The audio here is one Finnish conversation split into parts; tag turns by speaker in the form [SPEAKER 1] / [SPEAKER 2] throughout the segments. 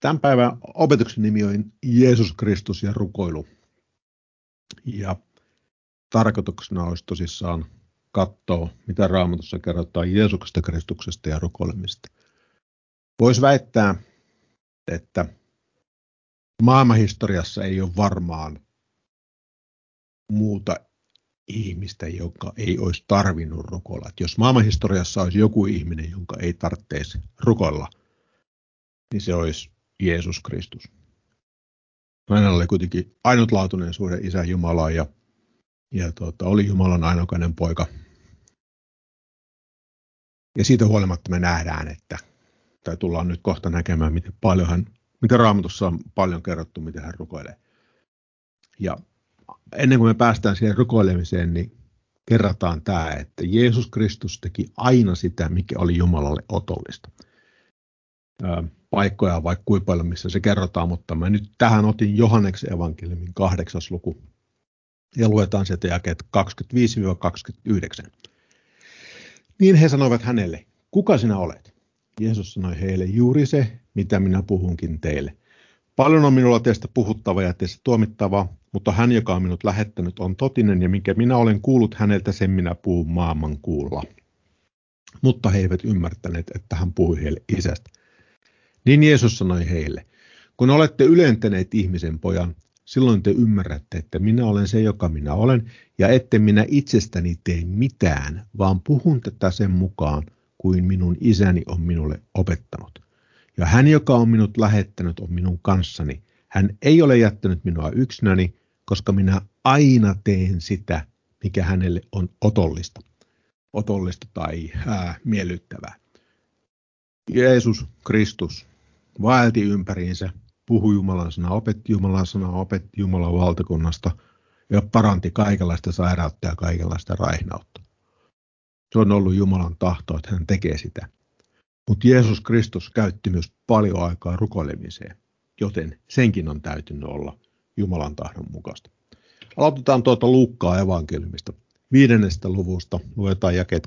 [SPEAKER 1] Tämän päivän opetuksen nimi on Jeesus Kristus ja rukoilu. Ja tarkoituksena olisi tosissaan katsoa, mitä Raamatussa kerrotaan Jeesuksesta, Kristuksesta ja rukoilemista. Voisi väittää, että maailmanhistoriassa ei ole varmaan muuta ihmistä, joka ei olisi tarvinnut rukoilla. Että jos maailmanhistoriassa olisi joku ihminen, jonka ei tarvitsisi rukoilla, niin se olisi Jeesus Kristus. Hänellä oli kuitenkin ainutlaatuinen suhde Isä Jumalaan ja oli Jumalan ainokainen poika. Ja siitä huolimatta me nähdään, tai tullaan nyt kohta näkemään, miten Raamatussa on paljon kerrottu, miten hän rukoilee. Ja ennen kuin me päästään siihen rukoilemiseen, niin kerrataan tämä, että Jeesus Kristus teki aina sitä, mikä oli Jumalalle otollista. Paikkoja on vaikka kuinka paljon, missä se kerrotaan, mutta mä nyt tähän otin Johanneksen evankeliumin 8. luku ja luetaan sieltä jakeet 25-29. Niin he sanoivat hänelle, kuka sinä olet? Jeesus sanoi heille, juuri se, mitä minä puhunkin teille. Paljon on minulla teistä puhuttava ja teistä tuomittava, mutta hän, joka on minut lähettänyt, on totinen ja minkä minä olen kuullut häneltä, sen minä puhun maailman kuulla. Mutta he eivät ymmärtäneet, että hän puhui heille Isästä. Niin Jeesus sanoi heille, kun olette ylentäneet ihmisen pojan, silloin te ymmärrätte, että minä olen se, joka minä olen, ja ette minä itsestäni tee mitään, vaan puhun tätä sen mukaan, kuin minun isäni on minulle opettanut. Ja hän, joka on minut lähettänyt, on minun kanssani. Hän ei ole jättänyt minua yksinäni, koska minä aina teen sitä, mikä hänelle on otollista. Otollista tai miellyttävää. Jeesus Kristus vaelti ympäriinsä, puhui Jumalan sanaa, opetti Jumalan valtakunnasta ja paranti kaikenlaista sairautta ja kaikenlaista raihnautta. Se on ollut Jumalan tahto, että hän tekee sitä. Mutta Jeesus Kristus käytti myös paljon aikaa rukoilemiseen, joten senkin on täytynyt olla Jumalan tahdon mukaista. Aloitetaan Luukkaan evankeliumista. 5. luvusta luetaan jakeet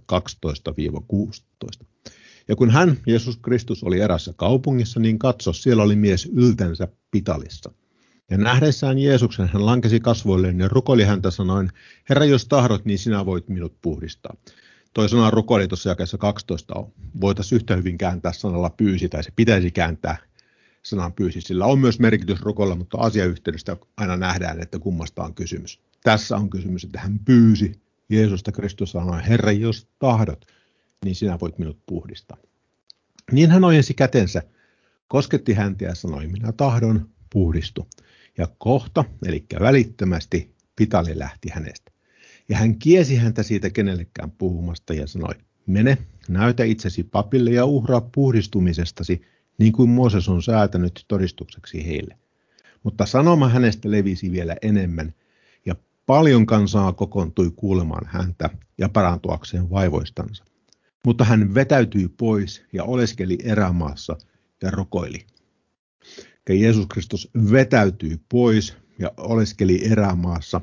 [SPEAKER 1] 12-16. Ja kun hän, Jeesus Kristus, oli erässä kaupungissa, niin katso, siellä oli mies yltänsä pitalissa. Ja nähdessään Jeesuksen hän lankesi kasvoilleen ja rukoili häntä sanoen, Herra, jos tahdot, niin sinä voit minut puhdistaa. Toi sana rukoili tuossa jakeessa 12 voitaisiin yhtä hyvin kääntää sanalla pyysi, tai se pitäisi kääntää sanan pyysi. Sillä on myös merkitys rukoilla, mutta asiayhteydestä aina nähdään, että kummasta on kysymys. Tässä on kysymys, että hän pyysi Jeesusta Kristus sanoi, Herra, jos tahdot, niin sinä voit minut puhdistaa. Niin hän ojensi kätensä, kosketti häntä ja sanoi, minä tahdon, puhdistu. Ja kohta, eli välittömästi, pitali lähti hänestä. Ja hän kiesi häntä siitä kenellekään puhumasta ja sanoi, mene, näytä itsesi papille ja uhraa puhdistumisestasi, niin kuin Mooses on säätänyt todistukseksi heille. Mutta sanoma hänestä levisi vielä enemmän, ja paljon kansaa kokoontui kuulemaan häntä ja parantuakseen vaivoistansa. Mutta hän vetäytyi pois ja oleskeli erämaassa ja rukoili. Ja Jeesus Kristus vetäytyi pois ja oleskeli erämaassa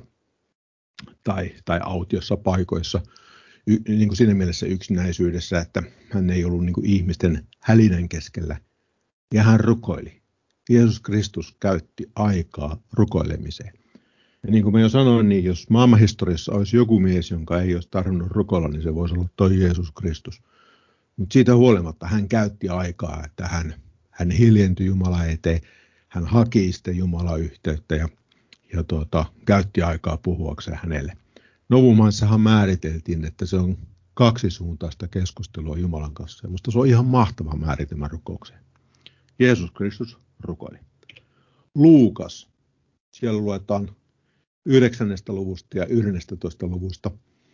[SPEAKER 1] tai autiossa paikoissa niin kuin siinä mielessä yksinäisyydessä, että hän ei ollut niin kuin ihmisten hälinän keskellä. Ja hän rukoili. Jeesus Kristus käytti aikaa rukoilemiseen. Ja niin kuin mä jo sanoin, niin jos maailmanhistoriassa olisi joku mies, jonka ei olisi tarvinnut rukoilla, niin se voisi olla toi Jeesus Kristus. Mutta siitä huolimatta hän käytti aikaa, että hän hiljentyi Jumalan eteen, hän haki sitten Jumalan yhteyttä ja käytti aikaa puhuakseen hänelle. Novumaissahan määriteltiin, että se on kaksisuuntaista keskustelua Jumalan kanssa. Minusta se on ihan mahtava määritelmä rukoukseen. Jeesus Kristus rukoili. Luukas, siellä luetaan 9. luvusta ja 11. luvusta.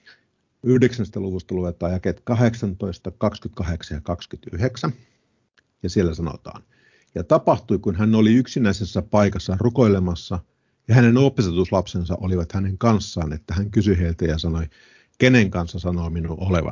[SPEAKER 1] 9. luvusta luetaan jakeet 18, 28 ja 29. Ja siellä sanotaan, ja tapahtui, kun hän oli yksinäisessä paikassa rukoilemassa, ja hänen opetuslapsensa olivat hänen kanssaan, että hän kysyi heiltä ja sanoi, kenen kanssa sanoo minun olevan.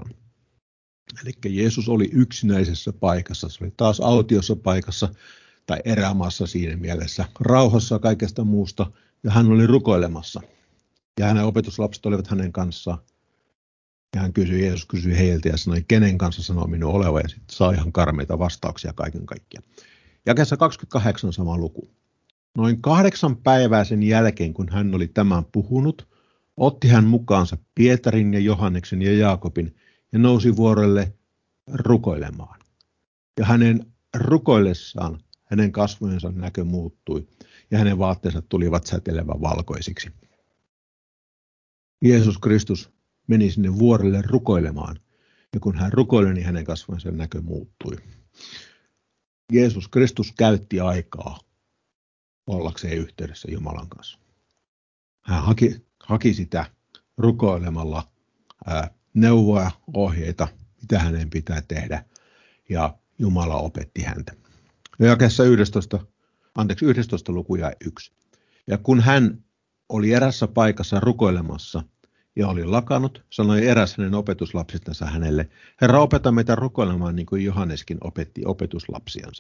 [SPEAKER 1] Eli Jeesus oli yksinäisessä paikassa, se oli taas autiossa paikassa tai erämaassa siinä mielessä, rauhassa kaikesta muusta, ja hän oli rukoilemassa. Ja hänen opetuslapset olivat hänen kanssaan. Ja Jeesus kysyi heiltä ja sanoi, kenen kanssa sanoo minun olevan, ja sitten saa ihan karmeita vastauksia kaiken kaikkiaan. Jakeessa 28 sama luku. Noin 8 päivää sen jälkeen, kun hän oli tämän puhunut, otti hän mukaansa Pietarin ja Johanneksen ja Jaakobin ja nousi vuorelle rukoilemaan. Ja hänen rukoillessaan hänen kasvojensa näkö muuttui ja hänen vaatteensa tulivat säteilevän valkoisiksi. Jeesus Kristus meni sinne vuorelle rukoilemaan ja kun hän rukoili, niin hänen kasvojensa näkö muuttui. Jeesus Kristus käytti aikaa ollakseen yhteydessä Jumalan kanssa. Hän haki sitä rukoilemalla neuvoja, ohjeita, mitä hänen pitää tehdä, ja Jumala opetti häntä. Jakeessa 11 luku jae 1. Ja kun hän oli erässä paikassa rukoilemassa ja oli lakannut, sanoi eräs hänen opetuslapsistansa hänelle, Herra, opeta meitä rukoilemaan niin kuin Johanneskin opetti opetuslapsiansa.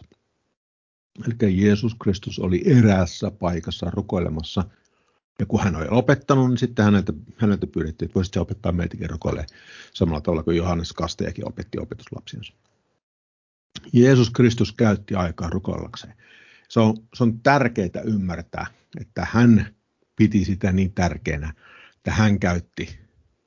[SPEAKER 1] Eli Jeesus Kristus oli eräässä paikassa rukoilemassa. Ja kun hän oli opettanut, niin sitten häneltä pyydettiin, että voisitko opettaa meitäkin rukoilemaan samalla tavalla kuin Johannes Kastajakin opetti opetuslapsiansa. Jeesus Kristus käytti aikaa rukoillakseen. Se on tärkeää ymmärtää, että hän piti sitä niin tärkeänä, että hän käytti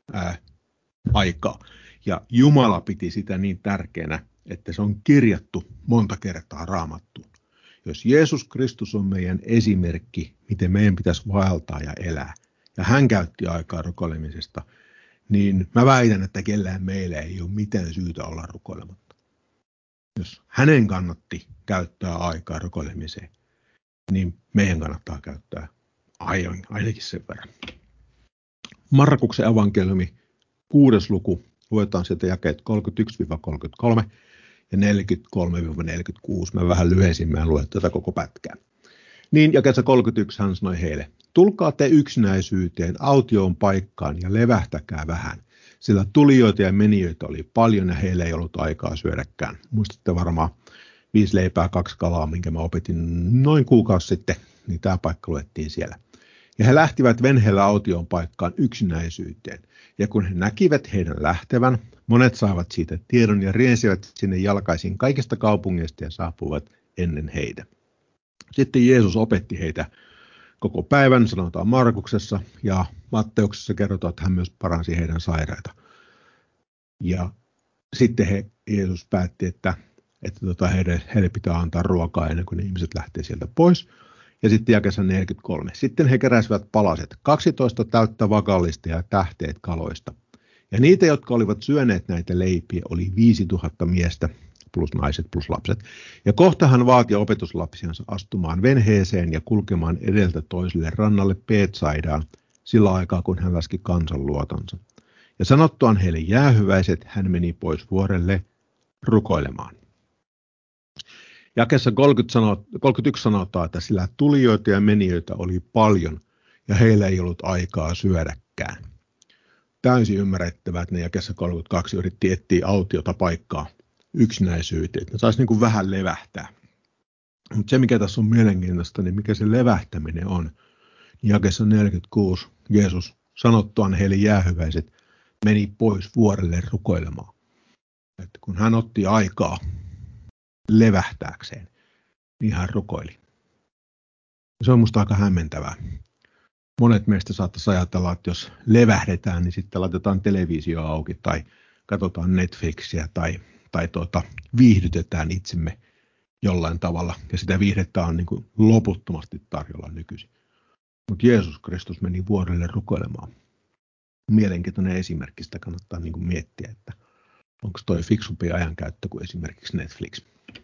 [SPEAKER 1] aikaa. Ja Jumala piti sitä niin tärkeänä, että se on kirjattu monta kertaa Raamattuun. Jos Jeesus Kristus on meidän esimerkki, miten meidän pitäisi vaeltaa ja elää, ja hän käytti aikaa rukoilemisesta, niin mä väitän, että kellään meillä ei ole mitään syytä olla rukoilematta. Jos hänen kannatti käyttää aikaa rukoilemiseen, niin meidän kannattaa käyttää ainakin sen verran. Markuksen evankeliumi 6. luku, luetaan sieltä jakeet 31-33 ja 43-46. Mä vähän lyhensin, mä en lue tätä koko pätkää. Niin jakeessa 31 hän sanoi heille, tulkaa te yksinäisyyteen autioon paikkaan ja levähtäkää vähän, sillä tulijoita ja menijöitä oli paljon ja heillä ei ollut aikaa syödäkään. Muistatte varmaan 5 leipää, 2 kalaa, minkä mä opetin noin kuukausi sitten, niin tämä paikka luettiin siellä. Ja he lähtivät venheellä autioon paikkaan yksinäisyyteen. Ja kun he näkivät heidän lähtevän, monet saivat siitä tiedon ja riensivät sinne jalkaisin kaikista kaupungeista ja saapuivat ennen heitä. Sitten Jeesus opetti heitä koko päivän, sanotaan Markuksessa, ja Matteuksessa kerrotaan, että hän myös paransi heidän sairaita. Ja sitten Jeesus päätti, että heille pitää antaa ruokaa ennen kuin ne ihmiset lähtee sieltä pois. Ja sitten jakeessa 43. Sitten he keräsivät palaset, 12 täyttä vakallista ja tähteet kaloista. Ja niitä, jotka olivat syöneet näitä leipiä, oli 5000 miestä, plus naiset, plus lapset. Ja kohta hän vaati opetuslapsiansa astumaan venheeseen ja kulkemaan edeltä toiselle rannalle Betsaidaan sillä aikaa, kun hän laski kansan luotansa. Ja sanottuaan heille jäähyväiset, hän meni pois vuorelle rukoilemaan. Jakeessa 31 sanotaan, että sillä tulijoita ja menijöitä oli paljon ja heillä ei ollut aikaa syödäkään. Täysin ymmärrettävää, että ne jakeessa 32 yritti etsiä autiota paikkaa yksinäisyyteen, että ne saisi niin kuin vähän levähtää. Mutta se, mikä tässä on mielenkiintoista, niin mikä se levähtäminen on, niin jakeessa 46 Jeesus sanottuaan heille jäähyväiset meni pois vuorelle rukoilemaan. Että kun hän otti aikaa levähtääkseen, niin hän rukoili. Se on musta aika hämmentävää. Monet meistä saattaisi ajatella, että jos levähdetään, niin sitten laitetaan televisio auki tai katsotaan Netflixiä tai viihdytetään itsemme jollain tavalla. Ja sitä viihdettä on niin kuin loputtomasti tarjolla nykyisin. Mutta Jeesus Kristus meni vuorelle rukoilemaan. Mielenkiintoinen esimerkki, sitä kannattaa niin kuin miettiä, että onko toi fiksumpi ajankäyttö kuin esimerkiksi Netflix.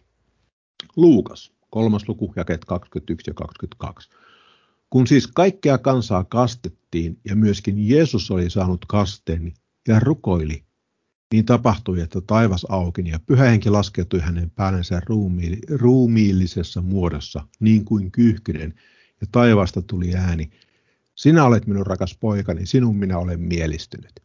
[SPEAKER 1] Luukas, 3. luku, jakeet 21 ja 22. Kun siis kaikkea kansaa kastettiin ja myöskin Jeesus oli saanut kasteen ja rukoili, niin tapahtui, että taivas aukeni ja Pyhä Henki laskeutui hänen päällensä ruumiillisessa muodossa, niin kuin kyyhkynen, ja taivaasta tuli ääni. Sinä olet minun rakas poikani, sinun minä olen mielistynyt.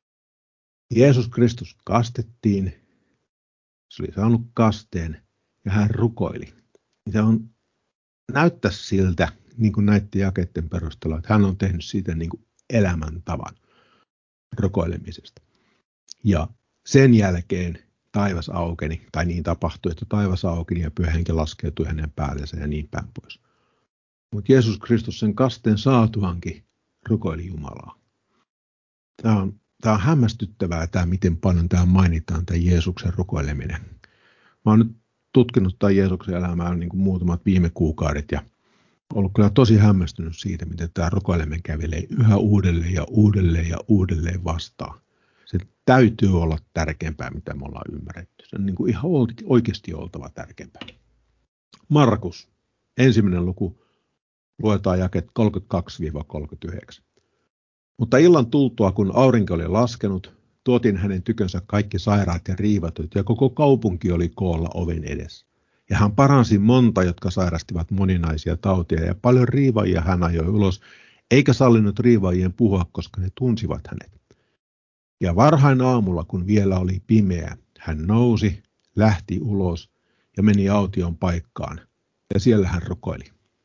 [SPEAKER 1] Jeesus Kristus kastettiin, se oli saanut kasteen ja hän rukoili. Se näyttää siltä, niin kuin näiden jakeiden perusteella, että hän on tehnyt siitä niin kuin elämäntavan rukoilemisesta. Ja sen jälkeen taivas aukeni, tai niin tapahtui, että taivas aukeni ja Pyhä Henki laskeutui hänen päällensä ja niin päin pois. Mutta Jeesus Kristus sen kasteen saatuankin rukoili Jumalaa. Tämä on hämmästyttävää, miten paljon tämä mainitaan, tämä Jeesuksen rukoileminen. Mä oon nyt tutkinut tämän Jeesuksen elämää niin kuin muutamat viime kuukaudet ja ollut kyllä tosi hämmästynyt siitä, miten tämä rukoileminen kävelee yhä uudelleen ja uudelleen ja uudelleen vastaan. Se täytyy olla tärkeämpää, mitä me ollaan ymmärretty. Se on niin kuin ihan oikeasti oltava tärkeämpää. Markus, 1. luku, luetaan jakeet 32-39. Mutta illan tultua, kun aurinko oli laskenut, tuotiin hänen tykönsä kaikki sairaat ja riivatut, ja koko kaupunki oli koolla oven edessä. Ja hän paransi monta, jotka sairastivat moninaisia tautia, ja paljon riivaajia hän ajoi ulos, eikä sallinut riivaajien puhua, koska ne tunsivat hänet. Ja varhain aamulla, kun vielä oli pimeä, hän nousi, lähti ulos ja meni aution paikkaan, ja siellä hän rukoili.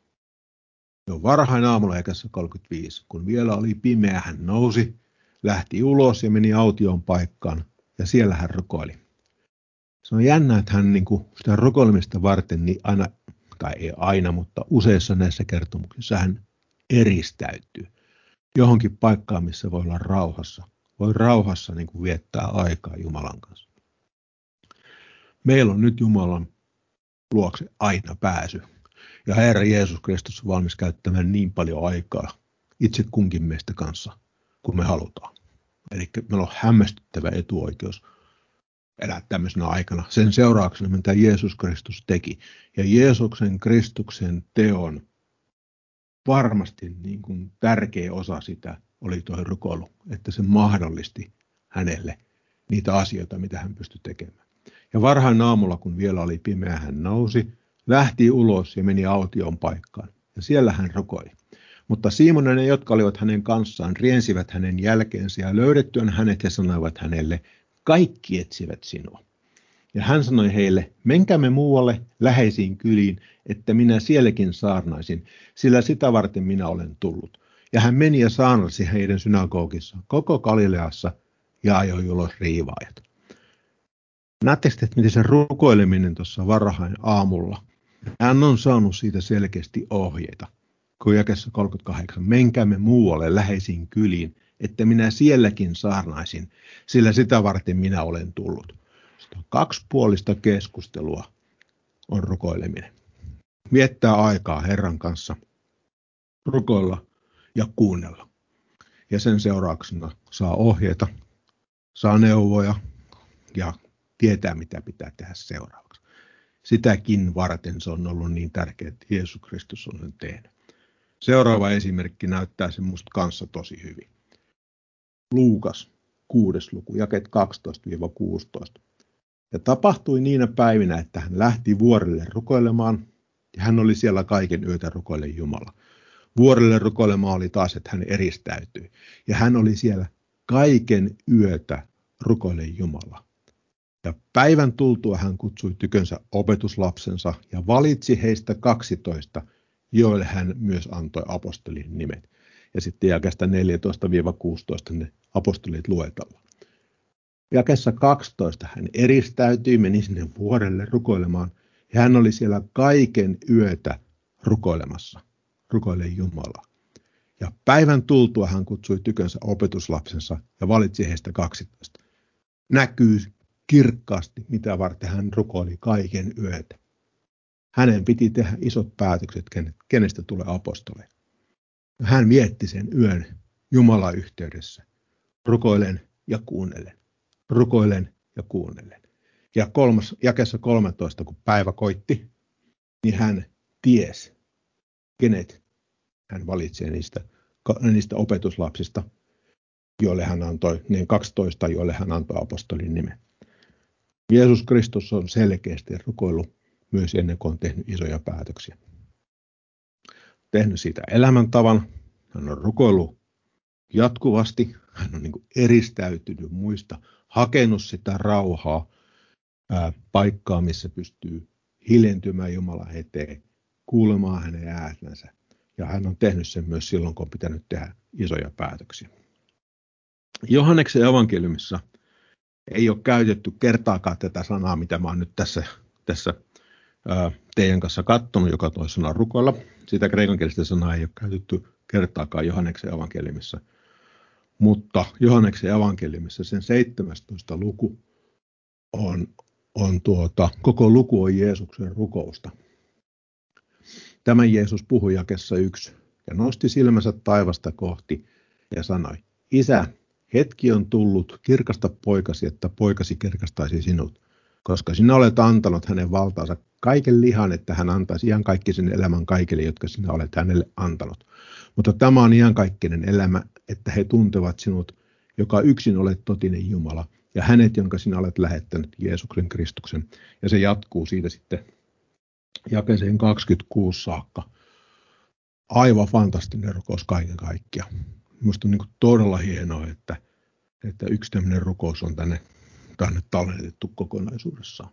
[SPEAKER 1] Jo varhain aamulla jakeessa 35, kun vielä oli pimeä, hän nousi, lähti ulos ja meni aution paikkaan, ja siellä hän rukoili. Se on jännä, että hän sitä rukoilemista varten, niin aina, tai ei aina, mutta useissa näissä kertomuksissa hän eristäytyy johonkin paikkaan, missä voi olla rauhassa. Voi rauhassa viettää aikaa Jumalan kanssa. Meillä on nyt Jumalan luokse aina pääsy. Ja Herra Jeesus Kristus on valmis käyttämään niin paljon aikaa itse kunkin meistä kanssa, kun me halutaan. Eli meillä on hämmästyttävä etuoikeus elää tämmöisenä aikana sen seurauksena, mitä Jeesus Kristus teki. Ja Jeesuksen Kristuksen teon varmasti tärkeä osa sitä oli tuo rukoilu, että se mahdollisti hänelle niitä asioita, mitä hän pystyi tekemään. Ja varhain aamulla, kun vielä oli pimeä, hän nousi, lähti ulos ja meni aution paikkaan. Ja siellä hän rukoili. Mutta Simon ja ne, jotka olivat hänen kanssaan, riensivät hänen jälkeensä ja löydettyään hänet he sanoivat hänelle, kaikki etsivät sinua. Ja hän sanoi heille, menkäämme muualle läheisiin kyliin, että minä sielläkin saarnaisin, sillä sitä varten minä olen tullut. Ja hän meni ja saarnasi heidän synagogissa koko Galileassa ja ajoi ulos riivaajat. Näettekö, että miten se rukoileminen tuossa varhain aamulla, hän on saanut siitä selkeästi ohjeita. Kun jakeessa 38, menkäämme muualle läheisiin kyliin, että minä sielläkin saarnaisin, sillä sitä varten minä olen tullut. Sitä on kaksipuolista keskustelua on rukoileminen. Viettää aikaa Herran kanssa, rukoilla ja kuunnella. Ja sen seurauksena saa ohjeita, saa neuvoja ja tietää, mitä pitää tehdä seuraavaksi. Sitäkin varten se on ollut niin tärkeää, että Jeesus Kristus on sen tehnyt. Seuraava esimerkki näyttää sen musta kanssa tosi hyvin. Luukas, 6. luku, jakeet 12-16. Ja tapahtui niinä päivinä, että hän lähti vuorelle rukoilemaan, ja hän oli siellä kaiken yötä rukoille Jumala. Vuorelle rukoilemaan oli taas, että hän eristäytyi, ja hän oli siellä kaiken yötä rukoille Jumala. Ja päivän tultua hän kutsui tykönsä opetuslapsensa ja valitsi heistä 12, joille hän myös antoi apostolin nimet. Ja sitten jakeesta 14-16 ne apostolit luetellaan. Jakeessa 12 hän eristäytyi, meni sinne vuorelle rukoilemaan, ja hän oli siellä kaiken yötä rukoilemassa, rukoille Jumalaa. Ja päivän tultua hän kutsui tykönsä opetuslapsensa ja valitsi heistä 12. Näkyy kirkkaasti, mitä varten hän rukoili kaiken yötä. Hänen piti tehdä isot päätökset, kenestä tulee apostoleja. Hän vietti sen yön Jumalan yhteydessä. Rukoilen ja kuunnellen. Rukoilen ja kuunnellen. Ja jakeessa 13, kun päivä koitti, niin hän tiesi, kenet hän valitsee niistä opetuslapsista, joille hän antoi, niin 12, joille hän antoi apostolin nimen. Jeesus Kristus on selkeästi rukoillut myös ennen kuin on tehnyt isoja päätöksiä. Tehnyt siitä elämäntavan, hän on rukoillut jatkuvasti, hän on eristäytynyt muista, hakenut sitä rauhaa, paikkaa, missä pystyy hiljentymään Jumalan eteen, kuulemaan hänen äänensä. Ja hän on tehnyt sen myös silloin, kun on pitänyt tehdä isoja päätöksiä. Johanneksen evankeliumissa Ei ole käytetty kertaakaan tätä sanaa, mitä mä oon nyt tässä teidän kanssa katsonut, joka toi sana rukoilla. Sitä kreikankielistä sanaa ei ole käytetty kertaakaan Johanneksen evankeliumissa. Mutta Johanneksen evankeliumissa sen 17. luku koko luku on Jeesuksen rukousta. Tämän Jeesus puhui jakeessa 1 ja nosti silmänsä taivasta kohti ja sanoi, Isä, hetki on tullut, kirkasta poikasi, että poikasi kirkastaisi sinut, koska sinä olet antanut hänen valtaansa kaiken lihan, että hän antaisi iankaikkisen elämän kaikille, jotka sinä olet hänelle antanut. Mutta tämä on iankaikkinen elämä, että he tuntevat sinut, joka yksin olet totinen Jumala, ja hänet, jonka sinä olet lähettänyt, Jeesuksen Kristuksen. Ja se jatkuu siitä sitten jakeeseen 26 saakka. Aivan fantastinen rukous kaiken kaikkiaan. Minusta on niin kuin todella hienoa, että yksi tämmöinen rukous on tänne tallennetettu kokonaisuudessaan.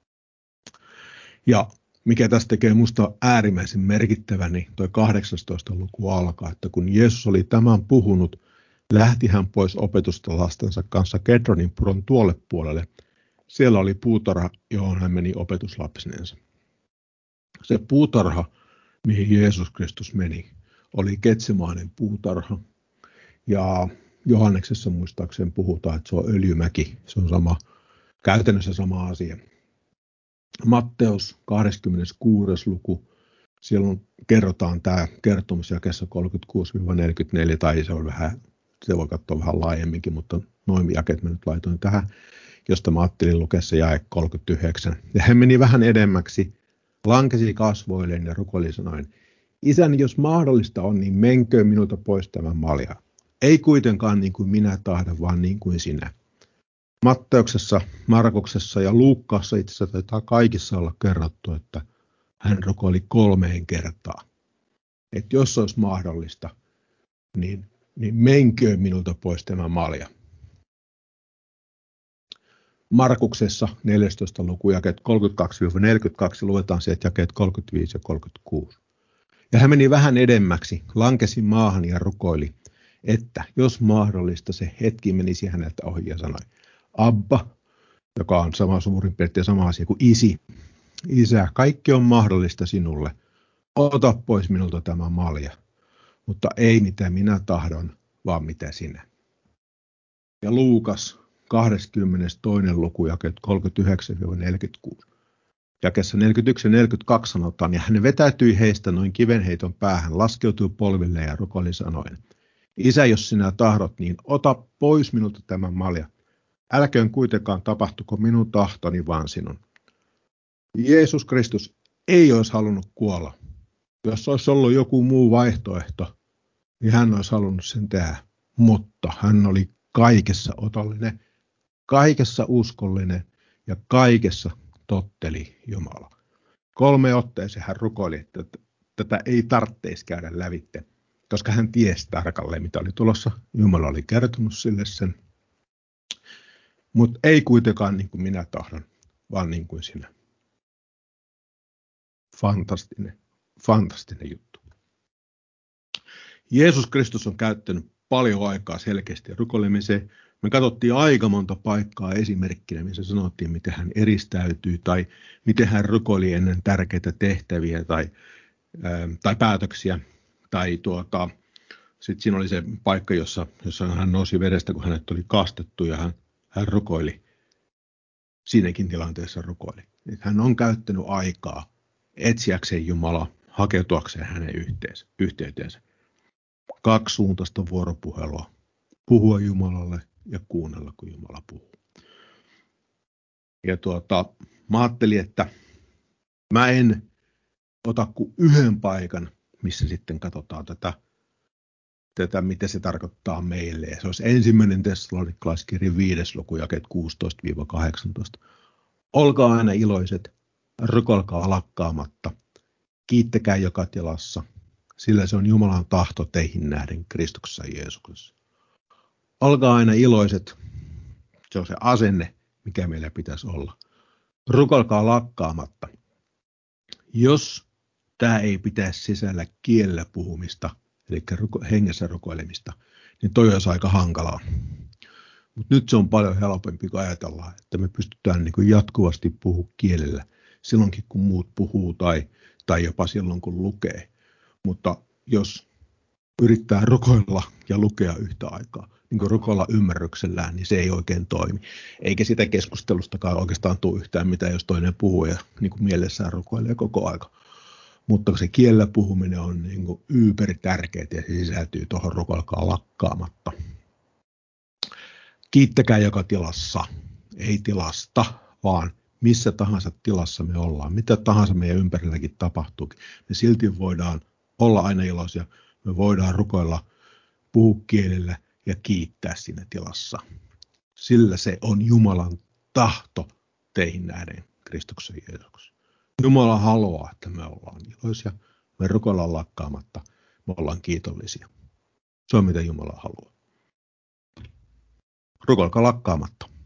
[SPEAKER 1] Ja mikä tästä tekee minusta äärimmäisen merkittävä, niin tuo 18. luku alkaa, että kun Jeesus oli tämän puhunut, lähti hän pois opetusta lastensa kanssa Kedronin puron tuolle puolelle. Siellä oli puutarha, johon hän meni opetuslapsinensa. Se puutarha, mihin Jeesus Kristus meni, oli Getsemaanen puutarha. Ja Johanneksessa muistaakseni puhutaan, että se on öljymäki. Se on käytännössä sama asia. Matteus 26. luku. Siellä kerrotaan tämä kertomus jakeessa 36-44, tai se voi katsoa vähän laajemminkin, mutta noin jakeet mä nyt laitoin tähän, josta mä ajattelin lukea se jae 39. Ja hän meni vähän edemmäksi, lankesi kasvoilleen ja rukoili sanoen, Isäni, jos mahdollista on, niin menköön minulta pois tämä malja. Ei kuitenkaan niin kuin minä tahdon, vaan niin kuin sinä. Matteuksessa, Markuksessa ja Luukkaassa itse asiassa taitaa kaikissa olla kerrottu, että hän rukoili 3 kertaa. Että jos olisi mahdollista, niin menköön minulta pois tämä malja. Markuksessa 14. luku jakeet 32-42 luetaan sieltä jakeet 35 ja 36. Ja hän meni vähän edemmäksi, lankesi maahan ja rukoili, että jos mahdollista se hetki menisi häneltä ohi ja sanoi, Abba, joka on suurin piirtein sama asia kuin isi, Isä, kaikki on mahdollista sinulle, ota pois minulta tämä malja, mutta ei mitä minä tahdon, vaan mitä sinä. Ja Luukas 22. luku, jakeet 39-46. Jakeessa 41 ja 42 sanotaan, ja hän vetäytyi heistä noin kivenheiton päähän, laskeutui polville ja rukoili sanoen, Isä, jos sinä tahdot, niin ota pois minulta tämä malja. Älköön kuitenkaan tapahtuko minun tahtoni, vaan sinun. Jeesus Kristus ei olisi halunnut kuolla. Jos olisi ollut joku muu vaihtoehto, niin hän olisi halunnut sen tehdä. Mutta hän oli kaikessa otollinen, kaikessa uskollinen ja kaikessa totteli Jumala. 3 otteeseen hän rukoili, että tätä ei tarvitsisi käydä lävitse, koska hän tiesi tarkalleen, mitä oli tulossa. Jumala oli kertonut sille sen. Mutta ei kuitenkaan niin kuin minä tahdon, vaan niin kuin sinä. Fantastinen juttu. Jeesus Kristus on käyttänyt paljon aikaa selkeästi rukoilemiseen. Me katsottiin aika monta paikkaa esimerkkinä, missä sanottiin, miten hän eristäytyi tai miten hän rukoili ennen tärkeitä tehtäviä tai päätöksiä. Tai sitten siinä oli se paikka, jossa hän nousi vedestä, kun hänet oli kastettu ja hän rukoili. Siinäkin tilanteessa rukoili. Että hän on käyttänyt aikaa etsiäkseen Jumalaa, hakeutuakseen hänen yhteyteensä. 2-suuntaista vuoropuhelua. Puhua Jumalalle ja kuunnella, kun Jumala puhuu. Ja mä ajattelin, että mä en ota kuin yhden paikan, missä sitten katsotaan tätä mitä se tarkoittaa meille. Ja se olisi 1. Tessalonikalaiskirjan 5. luku, jakeet 16-18. Olkaa aina iloiset, rukoilkaa lakkaamatta, kiittäkää joka tilassa, sillä se on Jumalan tahto teihin nähden Kristuksessa Jeesuksessa. Olkaa aina iloiset, se on se asenne, mikä meillä pitäisi olla. Rukoilkaa lakkaamatta. Jos tämä ei pitäisi sisällä kielellä puhumista, eli hengessä rukoilemista, niin toi olisi aika hankalaa. Mutta nyt se on paljon helpompi, kun ajatellaan, että me pystytään niin kuin jatkuvasti puhumaan kielellä silloinkin, kun muut puhuu tai jopa silloin, kun lukee. Mutta jos yrittää rukoilla ja lukea yhtä aikaa, niin kuin rukoilla ymmärryksellään, niin se ei oikein toimi. Eikä sitä keskustelustakaan oikeastaan tule yhtään mitään, jos toinen puhuu ja niin kuin mielessään rukoilee koko aika. Mutta se kielellä puhuminen on niin kuin tärkeää ja se sisältyy tuohon rukoilkaa lakkaamatta. Kiittäkää joka tilassa, ei tilasta, vaan missä tahansa tilassa me ollaan, mitä tahansa meidän ympärilläkin tapahtuukin. Me silti voidaan olla aina iloisia, me voidaan rukoilla, puhua kielellä ja kiittää siinä tilassa. Sillä se on Jumalan tahto teihin nähden Kristuksen Jeesuksessa. Jumala haluaa, että me ollaan iloisia, me rukoillaan lakkaamatta, me ollaan kiitollisia. Se on mitä Jumala haluaa. Rukoilkaa lakkaamatta.